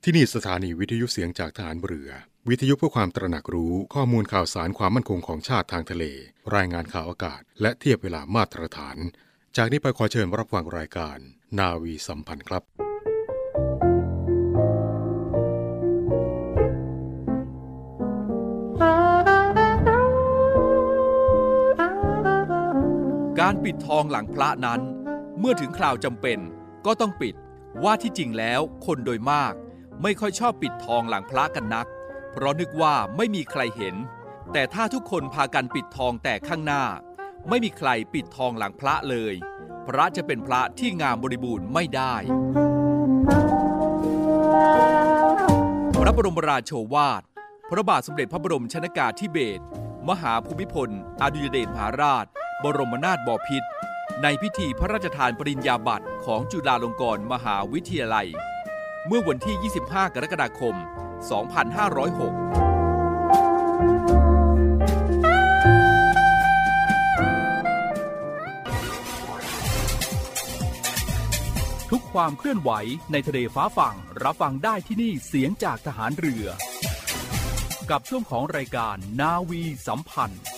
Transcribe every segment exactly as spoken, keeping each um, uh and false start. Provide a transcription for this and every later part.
ที่นี่สถานีวิทยุเสียงจากทหารเรือวิทยุเพื่อความตระหนักรู้ข้อมูลข่าวสารความมั่นคงของชาติทางทะเลรายงานข่าวอากาศและเทียบเวลามาตรฐานจากนี้ไปขอเชิญรับฟังรายการนาวีสัมพันธ์ครับการปิดทองหลังพระนั้นเมื่อถึงคราวจำเป็นก็ต้องปิดว่าที่จริงแล้วคนโดยมากไม่ค่อยชอบปิดทองหลังพระกันนักเพราะนึกว่าไม่มีใครเห็นแต่ถ้าทุกคนพากันปิดทองแต่ข้างหน้าไม่มีใครปิดทองหลังพระเลยพระจะเป็นพระที่งามบริบูรณ์ไม่ได้พระบรมราโชวาทพระบาทสมเด็จพระบรมชนกาธิเบศรมหาภูมิพลอดุลยเดชมหาราชบรมนาถบพิตรในพิธีพระราชทานปริญญาบัตรของจุฬาลงกรณ์มหาวิทยาลัยเมื่อวันที่ยี่สิบห้ากรกฎาคมสองพันห้าร้อยหกทุกความเคลื่อนไหวในทะเลฟ้าฝั่งรับฟังได้ที่นี่เสียงจากทหารเรือกับช่วงของรายการนาวีสัมพันธ์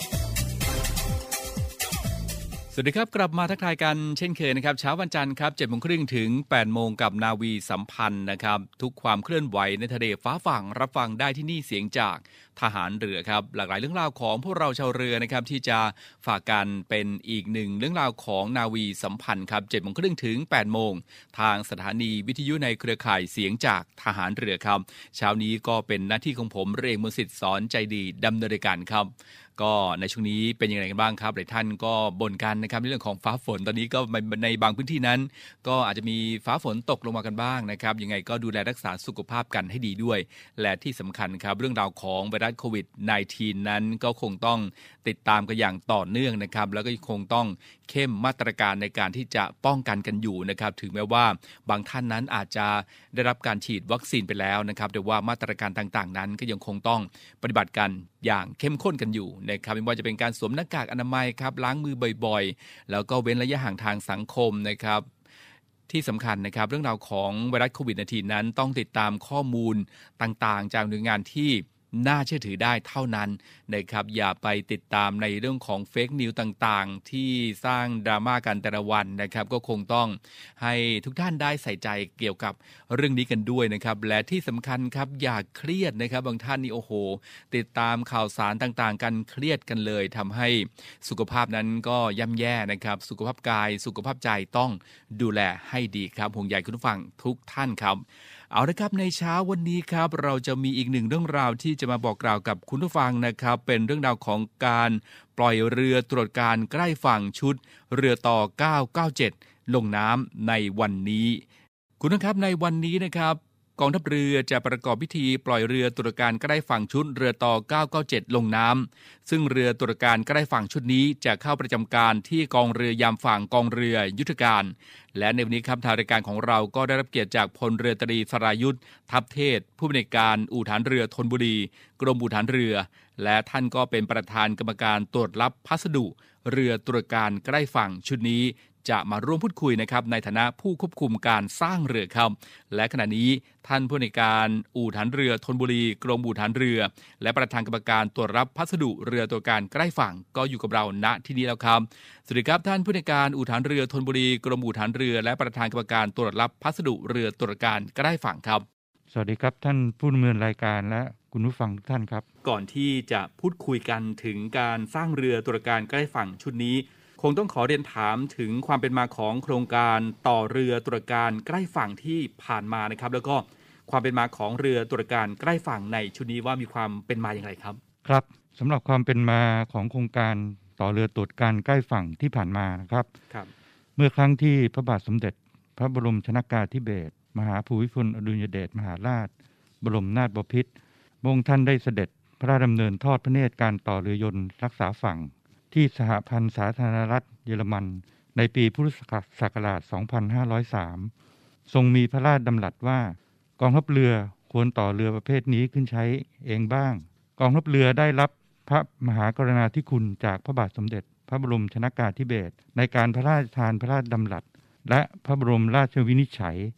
สวัสดีครับกลับมาทักทายกันเช่นเคยนะครับเช้าวันจันทร์ครับ เจ็ดโมงครึ่ง ถึง แปดโมงกับนาวีสัมพันธ์นะครับทุกความเคลื่อนไหวในทะเลฟ้าฝั่งรับฟังได้ที่นี่เสียงจากทหารเรือครับหลากหลายเรื่องราวของพวกเราชาวเรือนะครับที่จะฝากกันเป็นอีกหนึ่งเรื่องราวของนาวีสัมพันธ์ครับ เจ็ดโมงครึ่ง ถึง แปดโมงทางสถานีวิทยุในเครือข่ายเสียงจากทหารเรือครับเช้านี้ก็เป็นหน้าที่ของผมเรงมนต์สิทธิ์สอนใจดีดำเนินรายการครับก็ในช่วงนี้เป็นยังไงกันบ้างครับหลายท่านก็บ่นกันนะครับในเรื่องของฟ้าฝนตอนนี้ก็ในบางพื้นที่นั้นก็อาจจะมีฟ้าฝนตกลงมากันบ้างนะครับยังไงก็ดูแลรักษาสุขภาพกันให้ดีด้วยและที่สำคัญครับเรื่องราวของไวรัสโควิด สิบเก้า นั้นก็คงต้องติดตามกันอย่างต่อเนื่องนะครับแล้วก็คงต้องเข้มมาตรการในการที่จะป้องกันกันอยู่นะครับถึงแม้ว่าบางท่านนั้นอาจจะได้รับการฉีดวัคซีนไปแล้วนะครับแต่ว่ามาตรการต่างๆนั้นก็ยังคงต้องปฏิบัติกันอย่างเข้มข้นกันอยู่นะครับไม่ว่าจะเป็นการสวมหน้ากากอนามัยครับล้างมือบ่อยๆแล้วก็เว้นระยะห่างทางสังคมนะครับที่สำคัญนะครับเรื่องราวของไวรัสโควิด สิบเก้า นั้นต้องติดตามข้อมูลต่างๆจากหน่วยงานที่น่าเชื่อถือได้เท่านั้นนะครับอย่าไปติดตามในเรื่องของเฟกนิวส์ต่างๆที่สร้างดราม่ากันแต่ละวันนะครับก็คงต้องให้ทุกท่านได้ใส่ใจเกี่ยวกับเรื่องนี้กันด้วยนะครับและที่สำคัญครับอย่าเครียดนะครับบางท่านนี่โอ้โหติดตามข่าวสารต่างๆกันเครียดกันเลยทำให้สุขภาพนั้นก็ย่ำแย่นะครับสุขภาพกายสุขภาพใจต้องดูแลให้ดีครับห่วงใยคุณผู้ฟังทุกท่านครับเอาละครับในเช้าวันนี้ครับเราจะมีอีกหนึ่งเรื่องราวที่จะมาบอกกล่าวกับคุณผู้ฟังนะครับเป็นเรื่องราวของการปล่อยเรือตรวจการใกล้ฝั่งชุดเรือต่อเก้าเก้าเจ็ดลงน้ำในวันนี้คุณผู้ชมครับในวันนี้นะครับกองทัพเรือจะประกอบพิธีปล่อยเรือตรวจการใกล้ฝั่งชุดเรือต่อเก้าเก้าเจ็ดลงน้ำซึ่งเรือตรวจการใกล้ฝั่งชุดนี้จะเข้าประจำการที่กองเรือยามฝั่งกองเรือยุทธการและในวันนี้ครับทางรายการของเราก็ได้รับเกียรติจากพลเรือตรีสรายุทธทัพเทศผู้อำนวยการอู่ฐานเรือธนบุรีกรมอู่ฐานเรือและท่านก็เป็นประธานกรรมการตรวจรับพัสดุเรือตรวจการใกล้ฝั่งชุดนี้จะมาร่วมพูดคุยนะครับในฐานะผู้ควบคุมการสร้างเรือครับและขณะนี้ท่านผู้อำนวยการอู่ฐานเรือธนบุรีกรมอู่ฐานเรือและประธานกรรมการตรวจรับพัสดุเรือตรวจการใกล้ฝั่งก็อยู่กับเราณที่นี้แล้วครับสวัสดีครับท่านผู้อำนวยการอู่ฐานเรือธนบุรีกรมอู่ฐานเรือและประธานกรรมการตรวจรับพัสดุเรือตรวจการใกล้ฝั่งครับสวัสดีครับท่านผู้ดำเนินรายการและคุณผู้ฟังทุกท่านครับก่อนที่จะพูดคุยกันถึงการสร้างเรือตรวจการใกล้ฝั่งชุดนี้คงต้องขอเรียนถามถึงความเป็นมาของโครงการต่อเรือตรวจการใกล้ฝั่งที่ผ่านมานะครับแล้วก็ความเป็นมาของเรือตรวจการใกล้ฝั่งในชุดนี้ว่ามีความเป็นมาอย่างไรครับครับสำหรับความเป็นมาของโครงการต่อเรือตรวจการใกล้ฝั่งที่ผ่านมานะครับครับเมื่อครั้งที่พระบาทสมเด็จพระบรมชนกาธิเบศรมหาภูมิพลอดุลยเดชมหาราชบรมนาถบพิตรพระองค์ท่านได้เสด็จพระราชดำเนินทอดพระเนตรการต่อเรือยนต์รักษาฝั่งที่สหพันธ์สาธารณรัฐเยอรมันในปีพุทธศักราช สองพันห้าร้อยสาม ทรงมีพระราชดำรัสว่ากองทัพเรือควรต่อเรือประเภทนี้ขึ้นใช้เองบ้างกองทัพเรือได้รับพระมหากรุณาธิคุณจากพระบาทสมเด็จพระบรมชนกาธิเบศรในการพระราชทานพระราชดำรัสและพระบรมราชวินิจฉัย เกี่ยว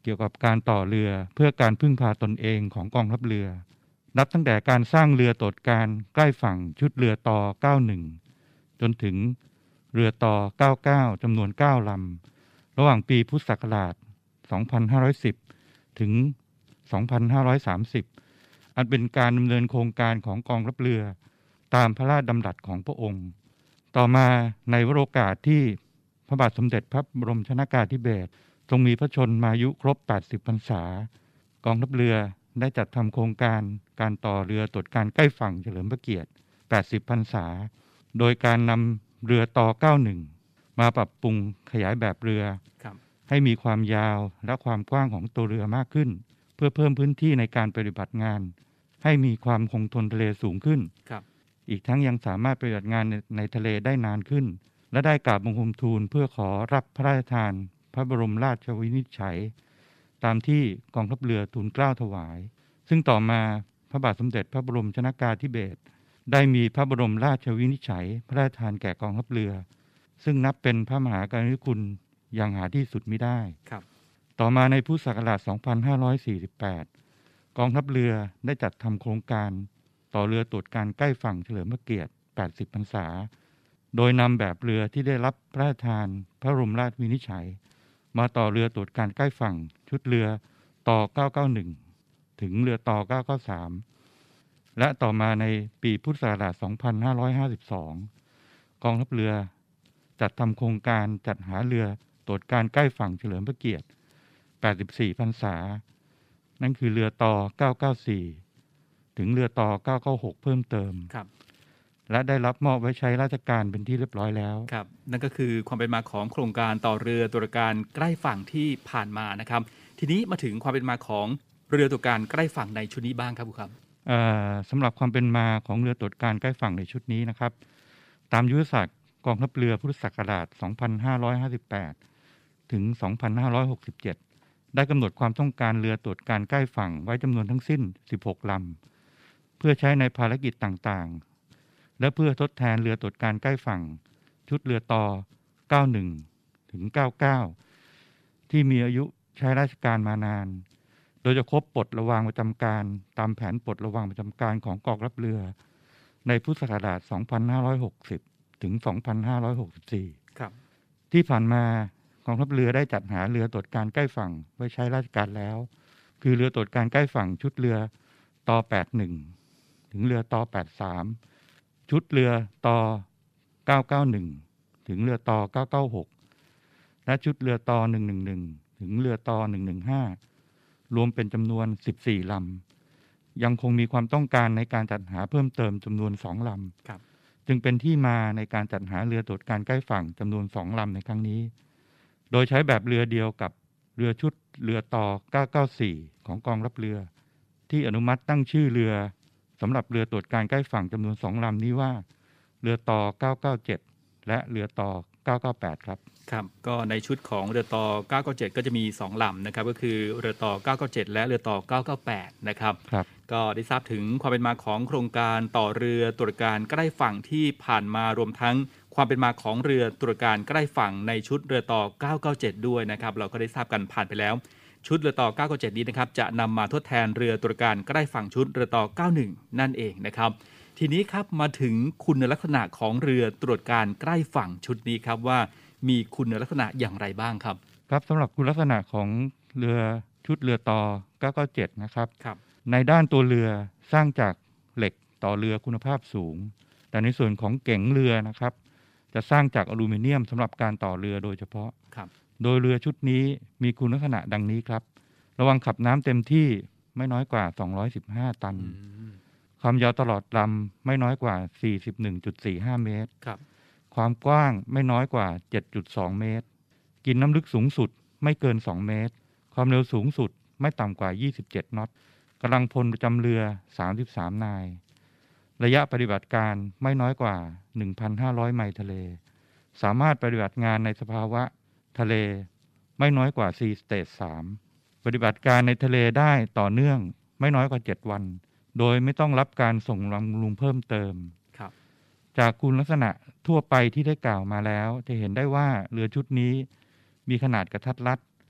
กี่ยวกับการต่อเรือเพื่อการพึ่งพาตนเองของกองทัพเรือนับตั้งแต่การสร้างเรือตรวจการใกล้ฝั่งชุดเรือต่อเก้าสิบเอ็ดจนถึงเรือต่อเก้าสิบเก้าจำนวนเก้าลำระหว่างปีพุทธศักราชสองพันห้าร้อยสิบถึงสองพันห้าร้อยสามสิบอันเป็นการดำเนินโครงการของกองทัพเรือตามพระราชดำรัสของพระองค์ต่อมาในวโรกาสที่พระบาทสมเด็จพระบรมชนกาธิเบศรทรงมีพระชนมายุครบแปดสิบพรรษากองทัพเรือได้จัดทำโครงการการต่อเรือตรวจการใกล้ฝั่งเฉลิมพระเกียรติแปดสิบพรรษาโดยการนำเรือต่อเก้าสิบเอ็ดมาปรับปรุงขยายแบบเรือให้มีความยาวและความกว้างของตัวเรือมากขึ้นเพื่อเพิ่มพื้นที่ในการปฏิบัติงานให้มีความคงทนทะเลสูงขึ้นอีกทั้งยังสามารถปฏิบัติงานใน, ในทะเลได้นานขึ้นและได้กราบบังคมทูลเพื่อขอรับพระราชทานพระบรมราชวินิจฉัยตามที่กองทัพเรือทูลเกล้าถวายซึ่งต่อมาพระบาทสมเด็จพระบรมชนกาธิเบศรได้มีพระบรมราชวินิจฉัยพระราชทานแก่กองทัพเรือซึ่งนับเป็นพระมหากรุณาธิคุณอย่างหาที่สุดมิได้ต่อมาในพุทธศักราชสองพันห้าร้อยสี่สิบแปดกองทัพเรือได้จัดทำโครงการต่อเรือตรวจการใกล้ฝั่งเฉลิมพระเกียรติแปดสิบพรรษาโดยนำแบบเรือที่ได้รับพระราชทานพระบรมราชวินิจฉัยมาต่อเรือตรวจการใกล้ฝั่งชุดเรือต่อเก้าสิบเก้าถึงเรือต่อเก้าสิบเก้าและต่อมาในปีพุทธศักราชสองพันห้าร้อยห้าสิบสองกองทัพเรือจัดทำโครงการจัดหาเรือตรวจการใกล้ฝั่งเฉลิมพระเกียรติแปดสิบสี่พรรษานั่นคือเรือต่อเก้าสิบเก้าถึงเรือต่อเก้าสิบเก้าเพิ่มเติมและได้รับมอบไว้ใช้ราชการเป็นที่เรียบร้อยแล้วครับนั่นก็คือความเป็นมาของโครงการต่อเรือตรวจการใกล้ฝั่งที่ผ่านมานะครับทีนี้มาถึงความเป็นมาของเรือตรวจการใกล้ฝั่งในชุดนี้บ้างครับครับสำหรับความเป็นมาของเรือตรวจการใกล้ฝั่งในชุดนี้นะครับตามยุทธศาสตร์กองทัพเรือพุทธศักราชสองพันห้าร้อยห้าสิบแปดถึงสองพันห้าร้อยหกสิบเจ็ดได้กำหนดความต้องการเรือตรวจการใกล้ฝั่งไว้จำนวนทั้งสิ้นสิบหกลำเพื่อใช้ในภารกิจต่างๆและเพื่อทดแทนเรือตรวจการใกล้ฝั่งชุดเรือต่อเก้าสิบเอ็ดถึงเก้าสิบเก้าที่มีอายุใช้ราชการมานานโดยจะครบปลดระวางประจำการตามแผนปลดระวางประจำการของกองทัพเรือในพุทธศักราชสองพันห้าร้อยหกสิบถึงสองพันห้าร้อยหกสิบสี่ครับที่ผ่านมากองทัพเรือได้จัดหาเรือตรวจการใกล้ฝั่งไว้ใช้ราชการแล้วคือเรือตรวจการใกล้ฝั่งชุดเรือต่อแปดสิบเอ็ดถึงเรือต่อแปดสิบสามชุดเรือต่อเก้าสิบเก้าถึงเรือต่อเก้าสิบเก้าและชุดเรือต่อหนึ่งร้อยสิบเอ็ดถึงเรือต่อหนึ่งร้อยสิบห้ารวมเป็นจำนวนสิบสี่ลำยังคงมีความต้องการในการจัดหาเพิ่มเติมจำนวนสองลำจึงเป็นที่มาในการจัดหาเรือตรวจการใกล้ฝั่งจำนวนสองลำในครั้งนี้โดยใช้แบบเรือเดียวกับเรือชุดเรือต่อเก้าสิบเก้าของกองทัพเรือที่อนุมัติตั้งชื่อเรือสำหรับเรือตรวจการใกล้ฝั่งจำนวนสองลำนี้ว่าเรือต่อเก้าสิบเก้า และเรือต่อเก้าสิบเก้า ครับครับก็ในชุดของเรือต่อเก้าสิบเก้า ก็จะมีสองลำนะครับก็คือเรือต่อเก้าสิบเก้า และเรือต่อเก้าสิบเก้า นะครับครับก็ได้ทราบถึงความเป็นมาของโครงการต่อเรือตรวจการใกล้ฝั่งที่ผ่านมารวมทั้งความเป็นมาของเรือตรวจการใกล้ฝั่งในชุดเรือต่อเก้าสิบเก้า ด้วยนะครับเราก็ได้ทราบกันผ่านไปแล้วชุดเรือต่อเก้าสิบเก้า นี้นะครับจะนำมาทดแทนเรือตรวจการใกล้ฝั่งชุดเรือต่อเก้าสิบเอ็ดนั่นเองนะครับทีนี้ครับมาถึงคุณลักษณะของเรือตรวจการใกล้ฝั่งชุดนี้ครับว่ามีคุณลักษณะอย่างไรบ้างครับครับสำหรับคุณลักษณะของเรือชุดเรือต่อเก้าสิบเก้า นะครับครับในด้านตัวเรือสร้างจากเหล็กต่อเรือคุณภาพสูงแต่ในส่วนของเก๋งเรือนะครับจะสร้างจากอลูมิเนียมสำหรับการต่อเรือโดยเฉพาะครับโดยเรือชุดนี้มีคุณลักษณะดังนี้ครับระวังขับน้ำเต็มที่ไม่น้อยกว่าสองร้อยสิบห้าตันความยาวตลอดลำไม่น้อยกว่า สี่สิบเอ็ดจุดสี่ห้า เมตรครับความกว้างไม่น้อยกว่า เจ็ดจุดสอง เมตรกินน้ำลึกสูงสุดไม่เกินสองเมตรความเร็วสูงสุดไม่ต่ำกว่ายี่สิบเจ็ดน็อตกำลังพลประจำเรือสามสิบสามนายระยะปฏิบัติการไม่น้อยกว่า หนึ่งพันห้าร้อย ไมล์ทะเลสามารถปฏิบัติงานในสภาวะทะเลไม่น้อยกว่า ซี Stage สาม ปฏิบัติการในทะเลได้ต่อเนื่องไม่น้อยกว่าเจ็ดวันโดยไม่ต้องรับการส่งบำรุงเพิ่มเติมครับจากคุณลักษณะทั่วไปที่ได้กล่าวมาแล้วจะเห็นได้ว่าเรือชุดนี้มีขนาดกระทัดรัด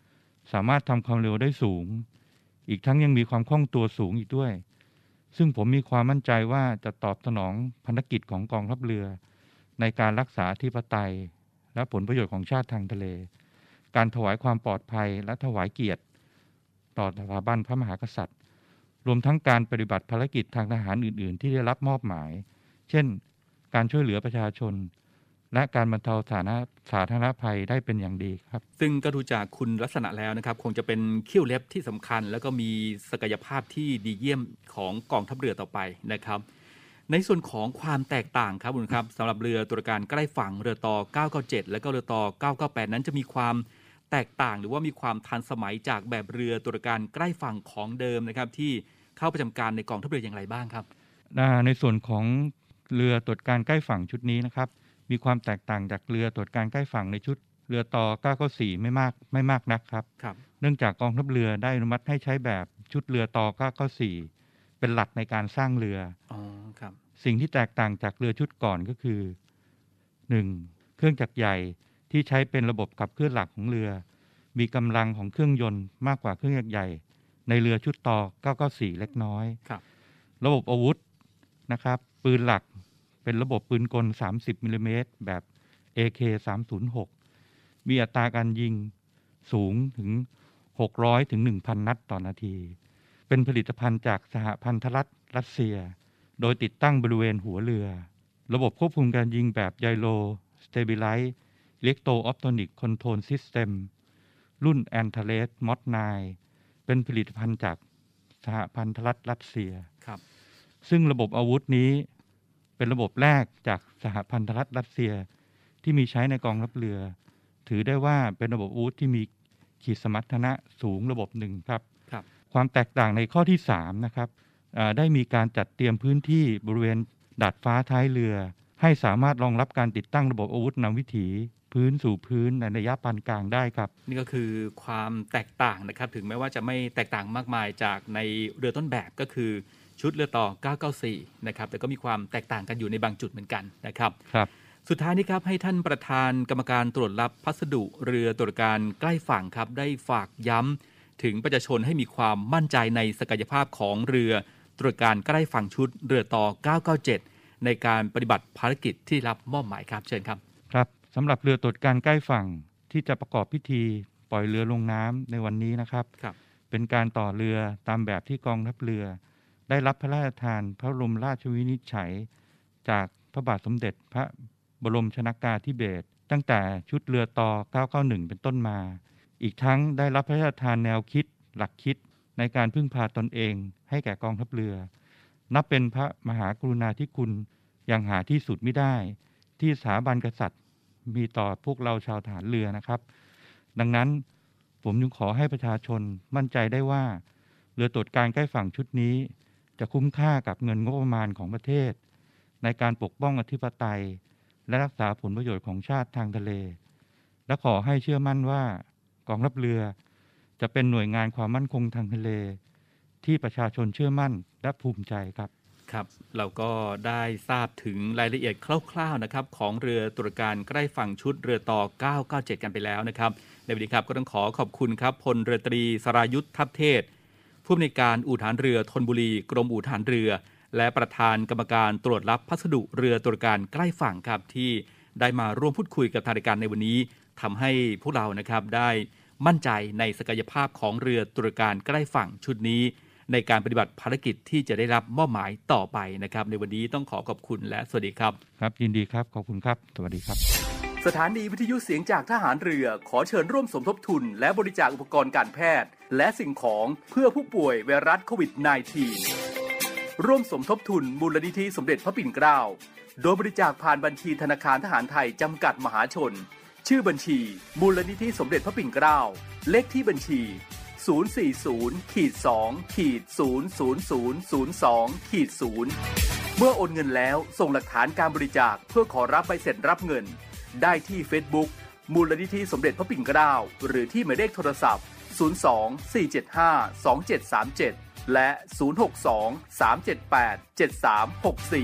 สามารถทำความเร็วได้สูงอีกทั้งยังมีความคล่องตัวสูงอีกด้วยซึ่งผมมีความมั่นใจว่าจะตอบสนองภารกิจของกองทัพเรือในการรักษาอธิปไตยและผลประโยชน์ของชาติทางทะเลการถวายความปลอดภัยและถวายเกียรติต่อสถาบันพระมหากษัตริย์รวมทั้งการปฏิบัติภารกิจทางทหารอื่นๆที่ได้รับมอบหมายเช่นการช่วยเหลือประชาชนและการบรรเทาสาธารณสาธารณภัยได้เป็นอย่างดีครับซึ่งก็ดูจากคุณลักษณะแล้วนะครับคงจะเป็นเขี้ยวเล็บที่สำคัญแล้วก็มีศักยภาพที่ดีเยี่ยมของกองทัพเรือต่อไปนะครับในส่วนของความแตกต่างครับคุณครับสำหรับเรือตรวจการใกล้ฝั่งเรือต่อเก้าเก้าเจ็ดและก็เรือต่อเก้าเก้าแปดนั้นจะมีความแตกต่างหรือว่ามีความทันสมัยจากแบบเรือตรวจการใกล้ฝั่งของเดิมนะครับที่เข้าประจำการในกองทัพเรืออย่างไรบ้างครับในส่วนของเรือตรวจการใกล้ฝั่งชุดนี้นะครับมีความแตกต่างจากเรือตรวจการใกล้ฝั่งในชุดเรือต่อเก้าเก้าสี่ไม่มากไม่มากนักครับเนื่องจากกองทัพเรือได้อนุมัติให้ใช้แบบชุดเรือต่อเก้าเก้าสี่เป็นหลักในการสร้างเรืออ๋อครับสิ่งที่แตกต่างจากเรือชุดก่อนก็คือ หนึ่ง. เครื่องจักรใหญ่ที่ใช้เป็นระบบขับเคลื่อนหลักของเรือมีกำลังของเครื่องยนต์มากกว่าเครื่องจักรใหญ่ในเรือชุดต่อเก้าเก้าสี่เล็กน้อยครับระบบอาวุธนะครับปืนหลักเป็นระบบปืนกลสามสิบมิลลิเมตรแบบ เอ เค สามศูนย์หก มีอัตราการยิงสูงถึงหกร้อยถึง หนึ่งพัน นัดต่อนาทีเป็นผลิตภัณฑ์จากสหพันธรัฐรัสเซียโดยติดตั้งบริเวณหัวเรือระบบควบคุมการยิงแบบไยโรสเตบิไลซ์อิเล็กโทรออปโทนิกคอนโทรลซิสเต็มรุ่นแอนทาเลสมอดไนน์เป็นผลิตภัณฑ์จากสหพันธรัฐรัสเซียครับซึ่งระบบอาวุธนี้เป็นระบบแรกจากสหพันธรัฐรัสเซียที่มีใช้ในกองทัพเรือถือได้ว่าเป็นระบบอาวุธที่มีขีดสมรรถนะสูงระบบหนึ่งครับครับความแตกต่างในข้อที่สามนะครับได้มีการจัดเตรียมพื้นที่บริเวณดาดฟ้าท้ายเรือให้สามารถรองรับการติดตั้งระบบอาวุธนำวิถีพื้นสู่พื้นในระยะปานกลางได้ครับนี่ก็คือความแตกต่างนะครับถึงแม้ว่าจะไม่แตกต่างมากมายจากในเรือต้นแบบก็คือชุดเรือต่อเก้าเก้าสี่นะครับแต่ก็มีความแตกต่างกันอยู่ในบางจุดเหมือนกันนะครับครับสุดท้ายนี้ครับให้ท่านประธานกรรมการตรวจรับพัสดุเรือตรวจการใกล้ฝั่งครับได้ฝากย้ำถึงประชาชนให้มีความมั่นใจในศักยภาพของเรือตรวจการใกล้ฝั่งชุดเรือต่อเก้าเก้าเจ็ดในการปฏิบัติภารกิจที่รับมอบหมายครับเชิญครับครับสำหรับเรือตรวจการใกล้ฝั่งที่จะประกอบพิธีปล่อยเรือลงน้ำในวันนี้นะครับครับเป็นการต่อเรือตามแบบที่กองทัพเรือได้รับพระราชทานพระบรมราชวินิจฉัยจากพระบาทสมเด็จพระบรมชนกาธิเบศรตั้งแต่ชุดเรือต่อเก้าเก้าหนึ่งเป็นต้นมาอีกทั้งได้รับพระราชทานแนวคิดหลักคิดในการพึ่งพาตนเองให้แก่กองทัพเรือนับเป็นพระมหากรุณาธิคุณอย่างหาที่สุดไม่ได้ที่สถาบันกษัตริย์มีต่อพวกเราชาวทหารเรือนะครับดังนั้นผมจึงขอให้ประชาชนมั่นใจได้ว่าเรือตรวจการใกล้ฝั่งชุดนี้จะคุ้มค่ากับเงินงบประมาณของประเทศในการปกป้องอธิปไตยและรักษาผลประโยชน์ของชาติทางทะเลและขอให้เชื่อมั่นว่ากองทัพเรือจะเป็นหน่วยงานความมั่นคงทางทะเลที่ประชาชนเชื่อมั่นและภูมิใจครับครับเราก็ได้ทราบถึงรายละเอียดคร่าวๆนะครับของเรือตรวจการใกล้ฝั่งชุดเรือต่อเก้าเก้าเจ็ดกันไปแล้วนะครับในวันนี้ครับก็ต้องขอขอบคุณครับพลเรือตรีสรายุทธทัพเทศผู้อำนวยการอู่ทหารเรือธนบุรีกรมอู่ทหารเรือและประธานกรรมการตรวจรับพัสดุเรือตรวจการใกล้ฝั่งครับที่ได้มาร่วมพูดคุยกับทางรายการในวันนี้ทำให้พวกเรานะครับได้มั่นใจในศักยภาพของเรือตรวจการใกล้ฝั่งชุดนี้ในการปฏิบัติภารกิจที่จะได้รับมอบหมายต่อไปนะครับในวันนี้ต้องขอขอบคุณและสวัสดีครับครับยินดีครับขอบคุณครับสวัสดีครับสถานีวิทยุเสียงจากทหารเรือขอเชิญร่วมสมทบทุนและบริจาคอุปกรณ์การแพทย์และสิ่งของเพื่อผู้ป่วยไวรัสโควิด สิบเก้า ร่วมสมทบทุนมูลนิธิสมเด็จพระปิ่นเกล้าโดยบริจาคผ่านบัญชีธนาคารทหารไทยจำกัดมหาชนชื่อบัญชีมูลนิธิสมเด็จพระปิ่นเกล้าเลขที่บัญชีศูนย์ สี่ ศูนย์ สอง ศูนย์ ศูนย์ ศูนย์ ศูนย์ สอง ศูนย์ เมื่อโอนเงินแล้วส่งหลักฐานการบริจาคเพื่อขอรับใบเสร็จรับเงินได้ที่ Facebook มูลนิธิสมเด็จพระปิ่นเกล้าหรือที่หมายเลขโทรศัพท์ศูนย์ สอง สี่ เจ็ด ห้า สอง เจ็ด สาม เจ็ดและศูนย์ หก สอง สาม เจ็ด แปด เจ็ด สาม หก สี่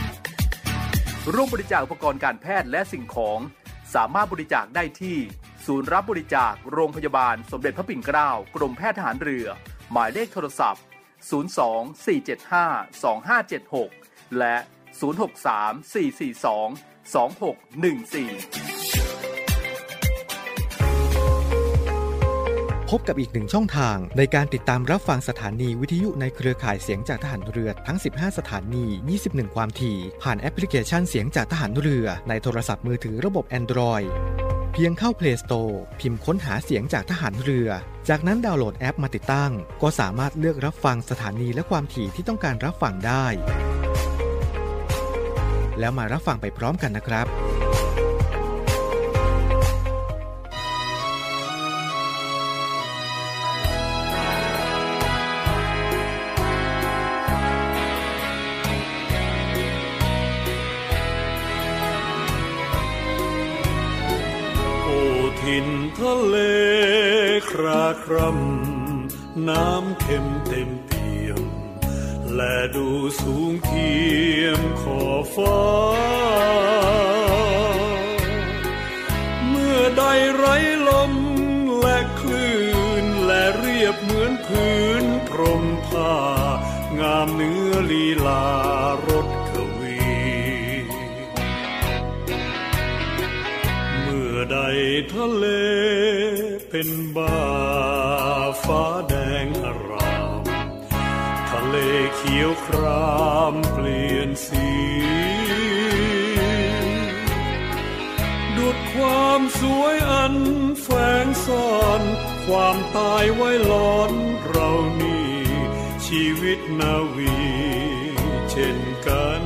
ร่วมบริจาคอุปกรณ์การแพทย์และสิ่งของสามารถบริจาคได้ที่ศูศูนย์รับบริจาคโรงพยาบาลสมเด็จพระปิ่นเกล้ากรมแพทย์ทหารเรือหมายเลขโทรศัพท์ศูนย์ สอง สี่ เจ็ด ห้า สอง ห้า เจ็ด หกและศูนย์ หก สาม สี่ สี่ สอง สอง หก หนึ่ง สี่พบกับอีกหนึ่งช่องทางในการติดตามรับฟังสถานีวิทยุในเครือข่ายเสียงจากทหารเรือทั้งสิบห้าสถานียี่สิบเอ็ดความถี่ผ่านแอปพลิเคชันเสียงจากทหารเรือในโทรศัพท์มือถือระบบ Android เพียงเข้า Play Store พิมพ์ค้นหาเสียงจากทหารเรือจากนั้นดาวน์โหลดแอปมาติดตั้งก็สามารถเลือกรับฟังสถานีและความถี่ที่ต้องการรับฟังได้แล้วมารับฟังไปพร้อมกันนะครับถิ่นทะเลคราครำน้ำเค็มเต็มเปี่ยมและดูสูงเทียมขอบฟ้าเมื่อใดไร้ลมและคลื่นและเรียบเหมือนพื้นพรมผ้างามเนื้อลีลารสกวีใดทะเลเป็นบ่าฟ้าแดงอารามทะเลเขียวครามเปลี่ยนสีดุจความสวยอันแฝงซ่อนความตายไว้ล้อนเรานี่ชีวิตนาวีเช่นกัน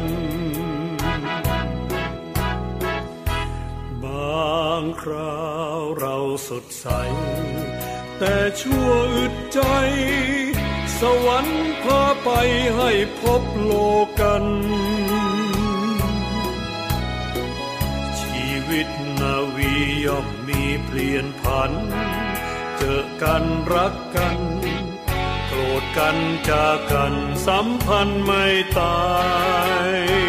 บางคราวเราสดใสแต่ชั่วอึดใจสวรรค์พาไปให้พบโลกันชีวิตนาวีย่อมมีเปลี่ยนผันเจอกันรักกันโกรธกันจากกันสัมพันธ์ไม่ตาย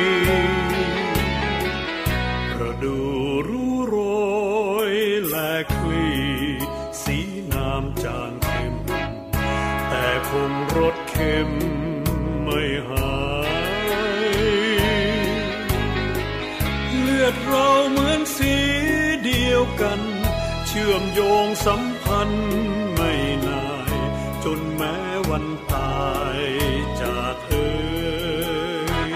เราดูรู้โรยและคลีสีน้ำจางเค็มแต่คงรสเค็มไม่หายเลือดเราเหมือนสีเดียวกันเชื่อมโยงสัมพันธ์ไม่นายจนแม้วันตายจากเอ่ย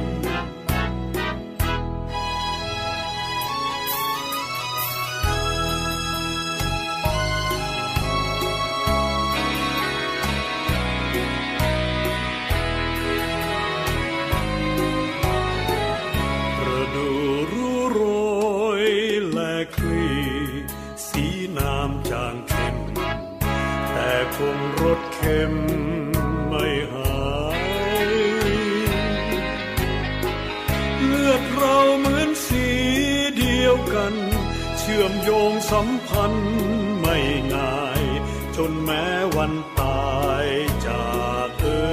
ประดูรู้โรยและคลีสีน้ำจางเค็มแต่คงรสเค็มไม่หายเลือดเราเหมือนสีเดียวกันเชื่อมโยงสัมพันธ์ไม่ง่ายจนแม้วันตายจากเอ่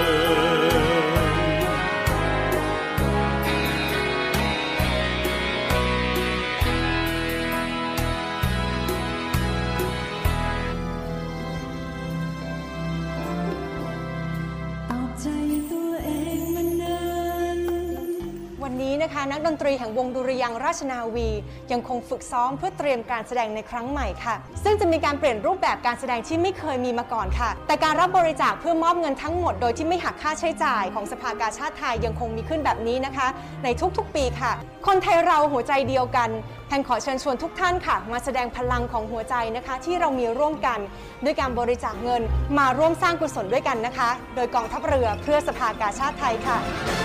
วันนี้นะคะนักดนตรีแห่งวงดุริยางค์ราชนาวียังคงฝึกซ้อมเพื่อเตรียมการแสดงในครั้งใหม่ค่ะซึ่งจะมีการเปลี่ยนรูปแบบการแสดงที่ไม่เคยมีมาก่อนค่ะแต่การรับบริจาคเพื่อมอบเงินทั้งหมดโดยที่ไม่หักค่าใช้จ่ายของสภากาชาติไทยยังคงมีขึ้นแบบนี้นะคะในทุกๆปีค่ะคนไทยเราหัวใจเดียวกันแพนขอเชิญชวนทุกท่านค่ะมาแสดงพลังของหัวใจนะคะที่เรามีร่วมกันด้วยการบริจาคเงินมาร่วมสร้างกุศลด้วยกันนะคะโดยกองทัพเรือเพื่อสภากาชาติไทยค่ะ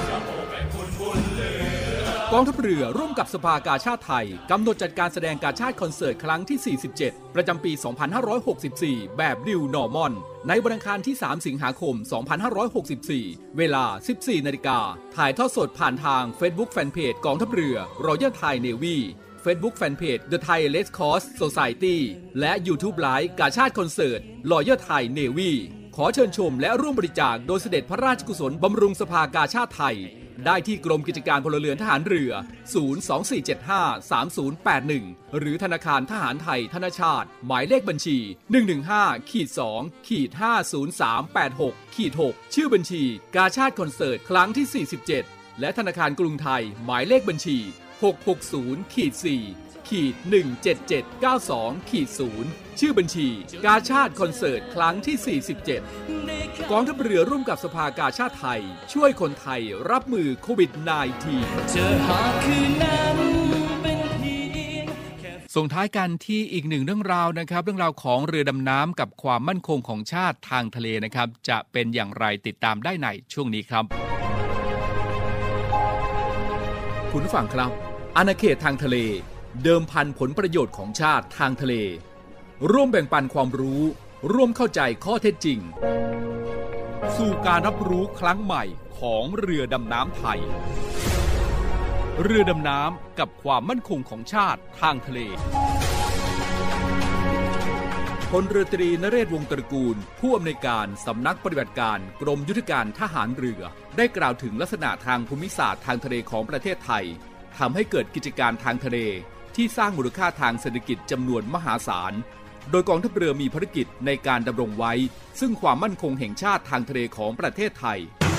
กองทัพเรือร่วมกับสภากาชาติไทยกำหนดจัดการแสดงกาชาดคอนเสิร์ตครั้งที่สี่สิบเจ็ดประจำปี สองพันห้าร้อยหกสิบสี่ แบบ New Normal ในวันอังคารที่สามสิงหาคม สองพันห้าร้อยหกสิบสี่ เวลา สิบสี่นาฬิกาถ่ายทอดสดผ่านทาง Facebook Fanpage กองทัพเรือ Royal Thai Navy Facebook Fanpage The Thai Red Cross Society และ YouTube Live กาชาดคอนเสิร์ต Royal Thai Navy ขอเชิญชมและร่วมบริจาคโดยเสด็จพระราชกุศลบำรุงสภากาชาติไทยได้ที่กรมกิจการพลเรือนทหารเรือศูนย์ สอง สี่ เจ็ด ห้า สาม ศูนย์ แปด หนึ่งหรือธนาคารทหารไทยธนชาตหมายเลขบัญชี หนึ่ง หนึ่ง ห้า สอง ห้า ศูนย์ สาม แปด หก หก ชื่อบัญชีกาชาดคอนเสิร์ตครั้งที่สี่สิบเจ็ดและธนาคารกรุงไทยหมายเลขบัญชี หก หก ศูนย์ สี่ หนึ่ง เจ็ด เจ็ด เก้า สอง ศูนย์ ชื่อบัญชีกาชาดคอนเสิร์ตครั้งที่สี่สิบเจ็ดกองทัพเรือร่วมกับสภากาชาดไทยช่วยคนไทยรับมือโควิด สิบเก้าเจอหากคืนนั้นเป็นเพียงส่งท้ายกันที่อีกหนึ่งเรื่องราวนะครับเรื่องราวของเรือดำน้ำกับความมั่นคงของชาติทางทะเลนะครับจะเป็นอย่างไรติดตามได้ในช่วงนี้ครับคุณผู้ฟังครับอาณาเขตทางทะเลเดิมพันผลประโยชน์ของชาติทางทะเลร่วมแบ่งปันความรู้ร่วมเข้าใจข้อเท็จจริงสู่การรับรู้ครั้งใหม่ของเรือดำน้ำไทยเรือดำน้ำกับความมั่นคงของชาติทางทะเลพลเรือตรีนเรศวงศ์ตระกูลผู้อำนวยการสำนักปฏิบัติการกรมยุทธการทหารเรือได้กล่าวถึงลักษณะทางภูมิศาสตร์ทางทะเลของประเทศไทยทำให้เกิดกิจการทางทะเลที่สร้างมูลค่าทางเศรษฐกิจจำนวนมหาศาลโดยกองทัพเรือมีภารกิจในการดำรงไว้ซึ่งความมั่นคงแห่งชาติทางทะเลของประเทศไทย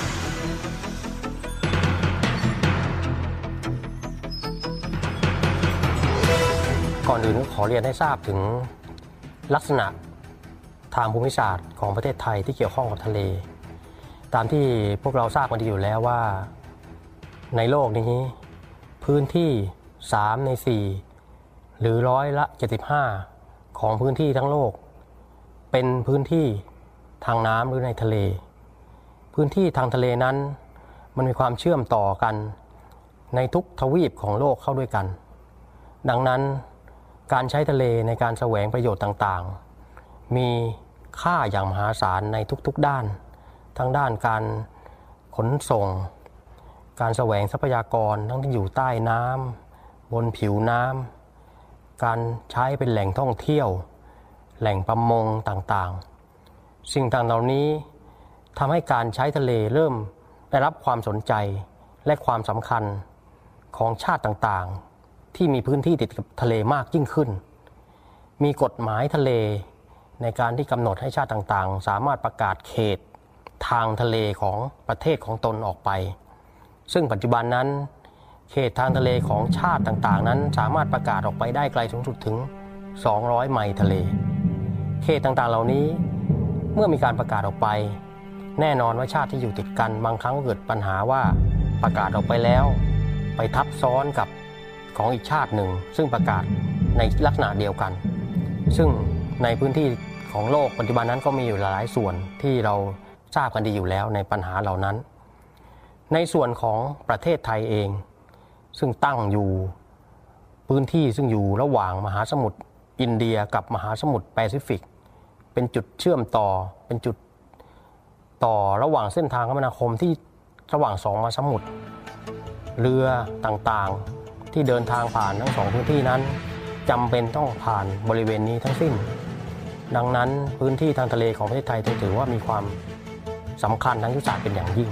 ก่อนอื่นขอเรียนให้ทราบถึงลักษณะทางภูมิศาสตร์ของประเทศไทยที่เกี่ยวข้องกับทะเลตามที่พวกเราทราบกันดีอยู่แล้วว่าในโลกนี้พื้นที่สามในสี่หรือร้อยละเจ็ดสิบห้าของพื้นที่ทั้งโลกเป็นพื้นที่ทางน้ำหรือในทะเลพื้นที่ทางทะเลนั้นมันมีความเชื่อมต่อกันในทุกทวีปของโลกเข้าด้วยกันดังนั้นการใช้ทะเลในการแสวงประโยชน์ต่างๆมีค่าอย่างมหาศาลในทุกๆด้านทั้งด้านการขนส่งการแสวงทรัพยากรทั้งที่อยู่ใต้น้ำบนผิวน้ำการใช้เป็นแหล่งท่องเที่ยวแหล่งประมงต่างๆสิ่งต่างเหล่านี้ทำให้การใช้ทะเลเริ่มได้รับความสนใจและความสำคัญของชาติต่างๆที่มีพื้นที่ติดกับทะเลมากยิ่งขึ้นมีกฎหมายทะเลในการที่กำหนดให้ชาติต่างๆสามารถประกาศเขตทางทะเลของประเทศของตนออกไปซึ่งปัจจุบันนั้นเขตทางทะเลของชาติต่างๆนั้นสามารถประกาศออกไปได้ไกลสูงสุดถึงสองร้อยไมล์ทะเลเขตต่างๆเหล่านี้เมื่อมีการประกาศออกไปแน่นอนว่าชาติที่อยู่ติดกันบางครั้งเกิดปัญหาว่าประกาศออกไปแล้วไปทับซ้อนกับของอีกชาติหนึ่งซึ่งประกาศในลักษณะเดียวกันซึ่งในพื้นที่ของโลกปัจจุบันนั้นก็มีอยู่หลายส่วนที่เราทราบกันดีอยู่แล้วในปัญหาเหล่านั้นในส่วนของประเทศไทยเองซึ่งตั้งอยู่พื้นที่ซึ่งอยู่ระหว่างมหาสมุทรอินเดียกับมหาสมุทรแปซิฟิกเป็นจุดเชื่อมต่อเป็นจุดต่อระหว่างเส้นทางคมนาคมที่ระหว่างสองมหาสมุทรเรือต่างๆที่เดินทางผ่านทั้งสองพื้นที่นั้นจำเป็นต้องผ่านบริเวณนี้ทั้งสิ้นดังนั้นพื้นที่ทางทะเลของประเทศไทยถือว่ามีความสำคัญทางยุทธศาสตร์เป็นอย่างยิ่ง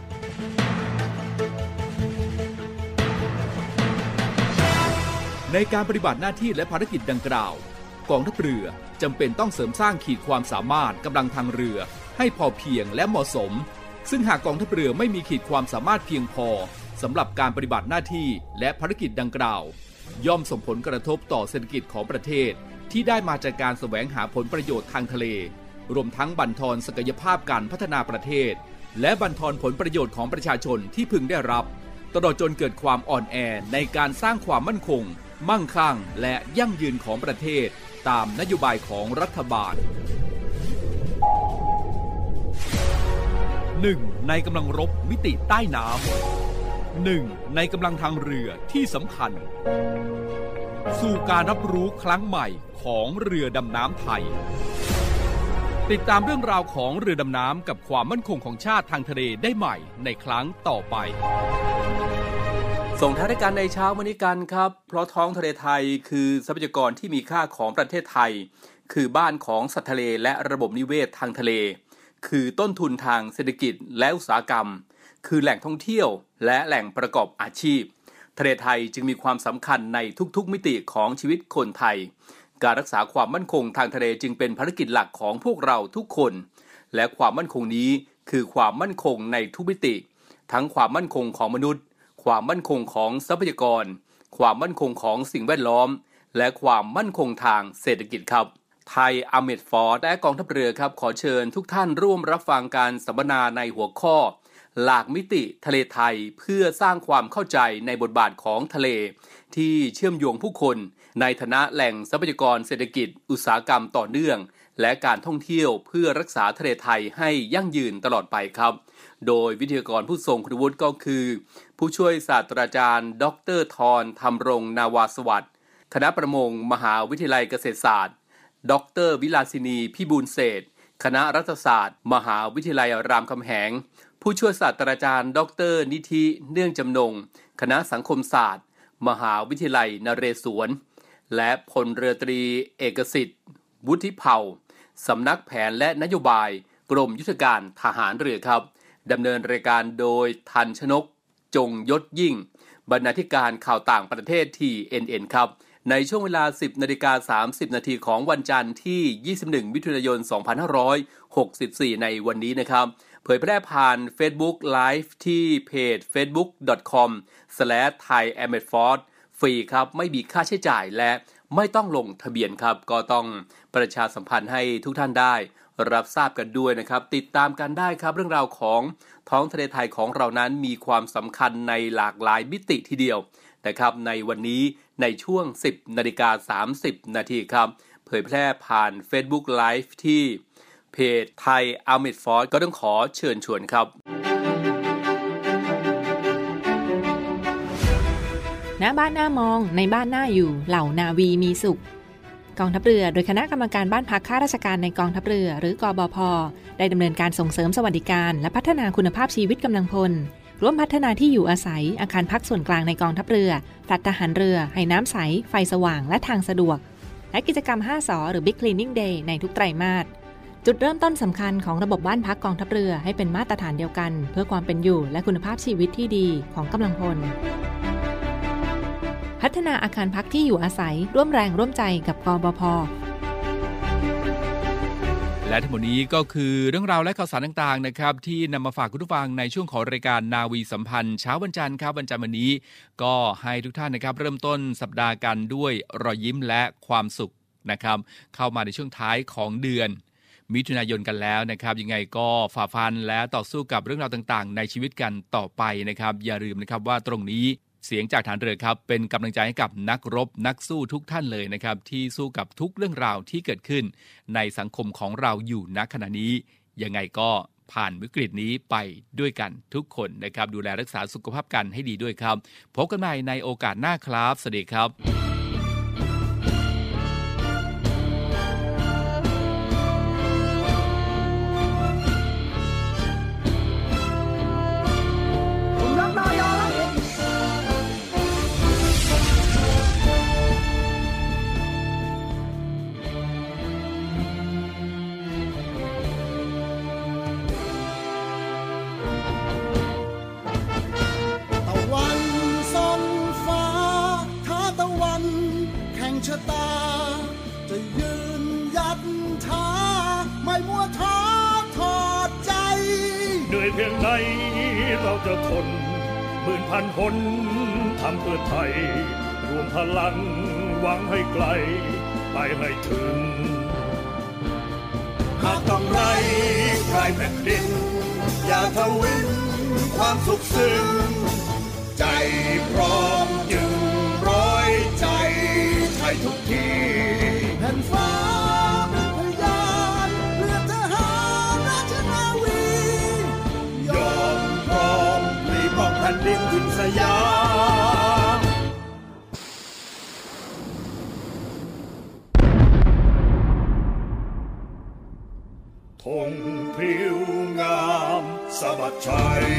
ในการปฏิบัติหน้าที่และภารกิจดังกล่าวกองทัพเรือจำเป็นต้องเสริมสร้างขีดความสามารถกำลังทางเรือให้พอเพียงและเหมาะสมซึ่งหากกองทัพเรือไม่มีขีดความสามารถเพียงพอสำหรับการปฏิบัติหน้าที่และภารกิจดังกล่าวย่อมส่งผลกระทบต่อเศรษฐกิจของประเทศที่ได้มาจากการแสวงหาผลประโยชน์ทางทะเลรวมทั้งบั่นทอนศักยภาพการพัฒนาประเทศและบั่นทอนผลประโยชน์ของประชาชนที่พึงได้รับตลอดจนเกิดความอ่อนแอในการสร้างความมั่นคงมั่งคั่งและยั่งยืนของประเทศตามนโยบายของรัฐบาล หนึ่ง. ในกำลังรบมิติใต้น้ำ หนึ่ง. ในกำลังทางเรือที่สำคัญสู่การรับรู้ครั้งใหม่ของเรือดำน้ำไทยติดตามเรื่องราวของเรือดำน้ำกับความมั่นคงของชาติทางทะเลได้ใหม่ในครั้งต่อไปส่งท้ายรายการในเช้าวันนี้กันครับเพราะท้องทะเลไทยคือทรัพยากรที่มีค่าของประเทศไทยคือบ้านของสัตว์ทะเลและระบบนิเวศทางทะเลคือต้นทุนทางเศรษฐกิจและอุตสาหกรรมคือแหล่งท่องเที่ยวและแหล่งประกอบอาชีพทะเลไทยจึงมีความสำคัญในทุกๆมิติของชีวิตคนไทยการรักษาความมั่นคงทางทะเลจึงเป็นภารกิจหลักของพวกเราทุกคนและความมั่นคงนี้คือความมั่นคงในทุกมิติทั้งความมั่นคงของมนุษย์ความมั่นคงของทรัพยากรความมั่นคงของสิ่งแวดล้อมและความมั่นคงทางเศรษฐกิจครับไทยอาเมดฟอร์ดและกองทัพเรือครับขอเชิญทุกท่านร่วมรับฟังการสัมมนาในหัวข้อหลากมิติทะเลไทยเพื่อสร้างความเข้าใจในบทบาทของทะเลที่เชื่อมโยงผู้คนในฐานะแหล่งทรัพยากรเศรษฐกิจอุตสาหกรรมต่อเนื่องและการท่องเที่ยวเพื่อรักษาทะเลไทยให้ยั่งยืนตลอดไปครับโดยวิทยากรผู้ทรงคุณวุฒิก็คือผู้ช่วยศาสตราจารย์ดร.ธรธรรมรงค์นาวาสวัสดิ์คณะประมงมหาวิทยาลัยเกษตรศาสตร์ดร.วิลาสินีพิบูลเศรษฐ์คณะรัฐศาสตร์มหาวิทยาลัยรามคำแหงผู้ช่วยศาสตราจารย์ดร.นิธิเนื่องจำนงคณะสังคมศาสตร์มหาวิทยาลัยนเรศวรและพลเรือตรีเอกสิทธิ์วุฒิเผ่าสำนักแผนและนโยบายกรมยุทธการทหารเรือครับดำเนินรายการโดยทันชนกจงยศยิ่งบรรณาธิการข่าวต่างประเทศ ที เอ็น เอ็น ครับในช่วงเวลา สิบนาฬิกาสามสิบนาทีของวันจันทร์ที่ยี่สิบเอ็ดมิถุนายนสองพันห้าร้อยหกสิบสี่ในวันนี้นะครับเผยแพร่ผ่าน Facebook Live ที่เพจ เฟซบุ๊ก ดอท คอม สแลช ไทย อาเมด ฟอร์ด ฟรีครับไม่มีค่าใช้จ่ายและไม่ต้องลงทะเบียนครับก็ต้องประชาสัมพันธ์ให้ทุกท่านได้รับทราบกันด้วยนะครับติดตามกันได้ครับเรื่องราวของท้องทะเลไทยของเรานั้นมีความสำคัญในหลากหลายมิติทีเดียวนะครับในวันนี้ในช่วง สิบนาฬิกาสามสิบนาทีครับเผยแพร่ผ่าน Facebook Live ที่เพจไทยอาเมดฟอร์ดก็ต้องขอเชิญชวนครับณบ้านหน้ามองในบ้านหน้าอยู่เหล่านาวีมีสุขกองทัพเรือโดยคณะกรรมการบ้านพักข้าราชการในกองทัพเรือหรือกบพ.ได้ดำเนินการส่งเสริมสวัสดิการและพัฒนาคุณภาพชีวิตกำลังพลร่วมพัฒนาที่อยู่อาศัยอาคารพักส่วนกลางในกองทัพเรือแฟลตทหารเรือให้น้ำใสไฟสว่างและทางสะดวกและกิจกรรม ห้า ส หรือ Big Cleaning Day ในทุกไตรมาสจุดเริ่มต้นสำคัญของระบบบ้านพักกองทัพเรือให้เป็นมาตรฐานเดียวกันเพื่อความเป็นอยู่และคุณภาพชีวิตที่ดีของกำลังพลพัฒนาอาคารพักที่อยู่อาศัยร่วมแรงร่วมใจกับกบพ. และทั้งหมดนี้ก็คือเรื่องราวและข่าวสารต่างๆนะครับที่นำมาฝากคุณผู้ฟังในช่วงของรายการนาวีสัมพันธ์เช้าวันจันทร์ครับวันจันทร์วันนี้ก็ให้ทุกท่านนะครับเริ่มต้นสัปดาห์กันด้วยรอยยิ้มและความสุขนะครับเข้ามาในช่วงท้ายของเดือนมิถุนายนกันแล้วนะครับยังไงก็ฝ่าฟันและต่อสู้กับเรื่องราวต่างๆในชีวิตกันต่อไปนะครับอย่าลืมนะครับว่าตรงนี้เสียงจากฐานเรือครับเป็นกำลังใจให้กับนักรบนักสู้ทุกท่านเลยนะครับที่สู้กับทุกเรื่องราวที่เกิดขึ้นในสังคมของเราอยู่ณขณะนี้ยังไงก็ผ่านวิกฤตนี้ไปด้วยกันทุกคนนะครับดูแลรักษาสุขภาพกันให้ดีด้วยครับพบกันใหม่ในโอกาสหน้าครับสวัสดีครับชะตาจะยืนหยัดท้าไม่มัวท้อทอดใจเหนื่อยเพียงไหนเราจะทนหมื่นพันคนทำเพื่อไทยรวมพลังหวังให้ไกลไปให้ถึงหากกำไรใครแผ่นดินอย่าทวินความสุขซึ้งใจพร้อมยืนร้อยใจทุกทีแผ่นฟ้าเป็นพยานเลือดทหารราชนาวียอมพร้อมปลีป้องแผ่นดินทินสยามธงพริ้วงามสะบัดชัย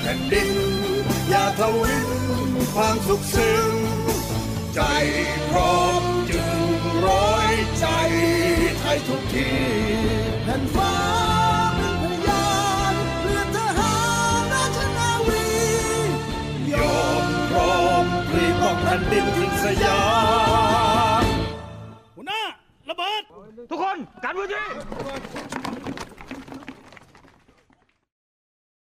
ผ่นดินอย่าทวินความสุขซึ้งใจพร้อมจึงร้อยใจไทยทุกทีแผ่นฟ้าเป็นพยานเพื่อทหารราชนาวียอมพร้อมพลีป้องแผ่นดินทิ้งสยามหัวหน้าระเบิดทุกคนกันพื้นที่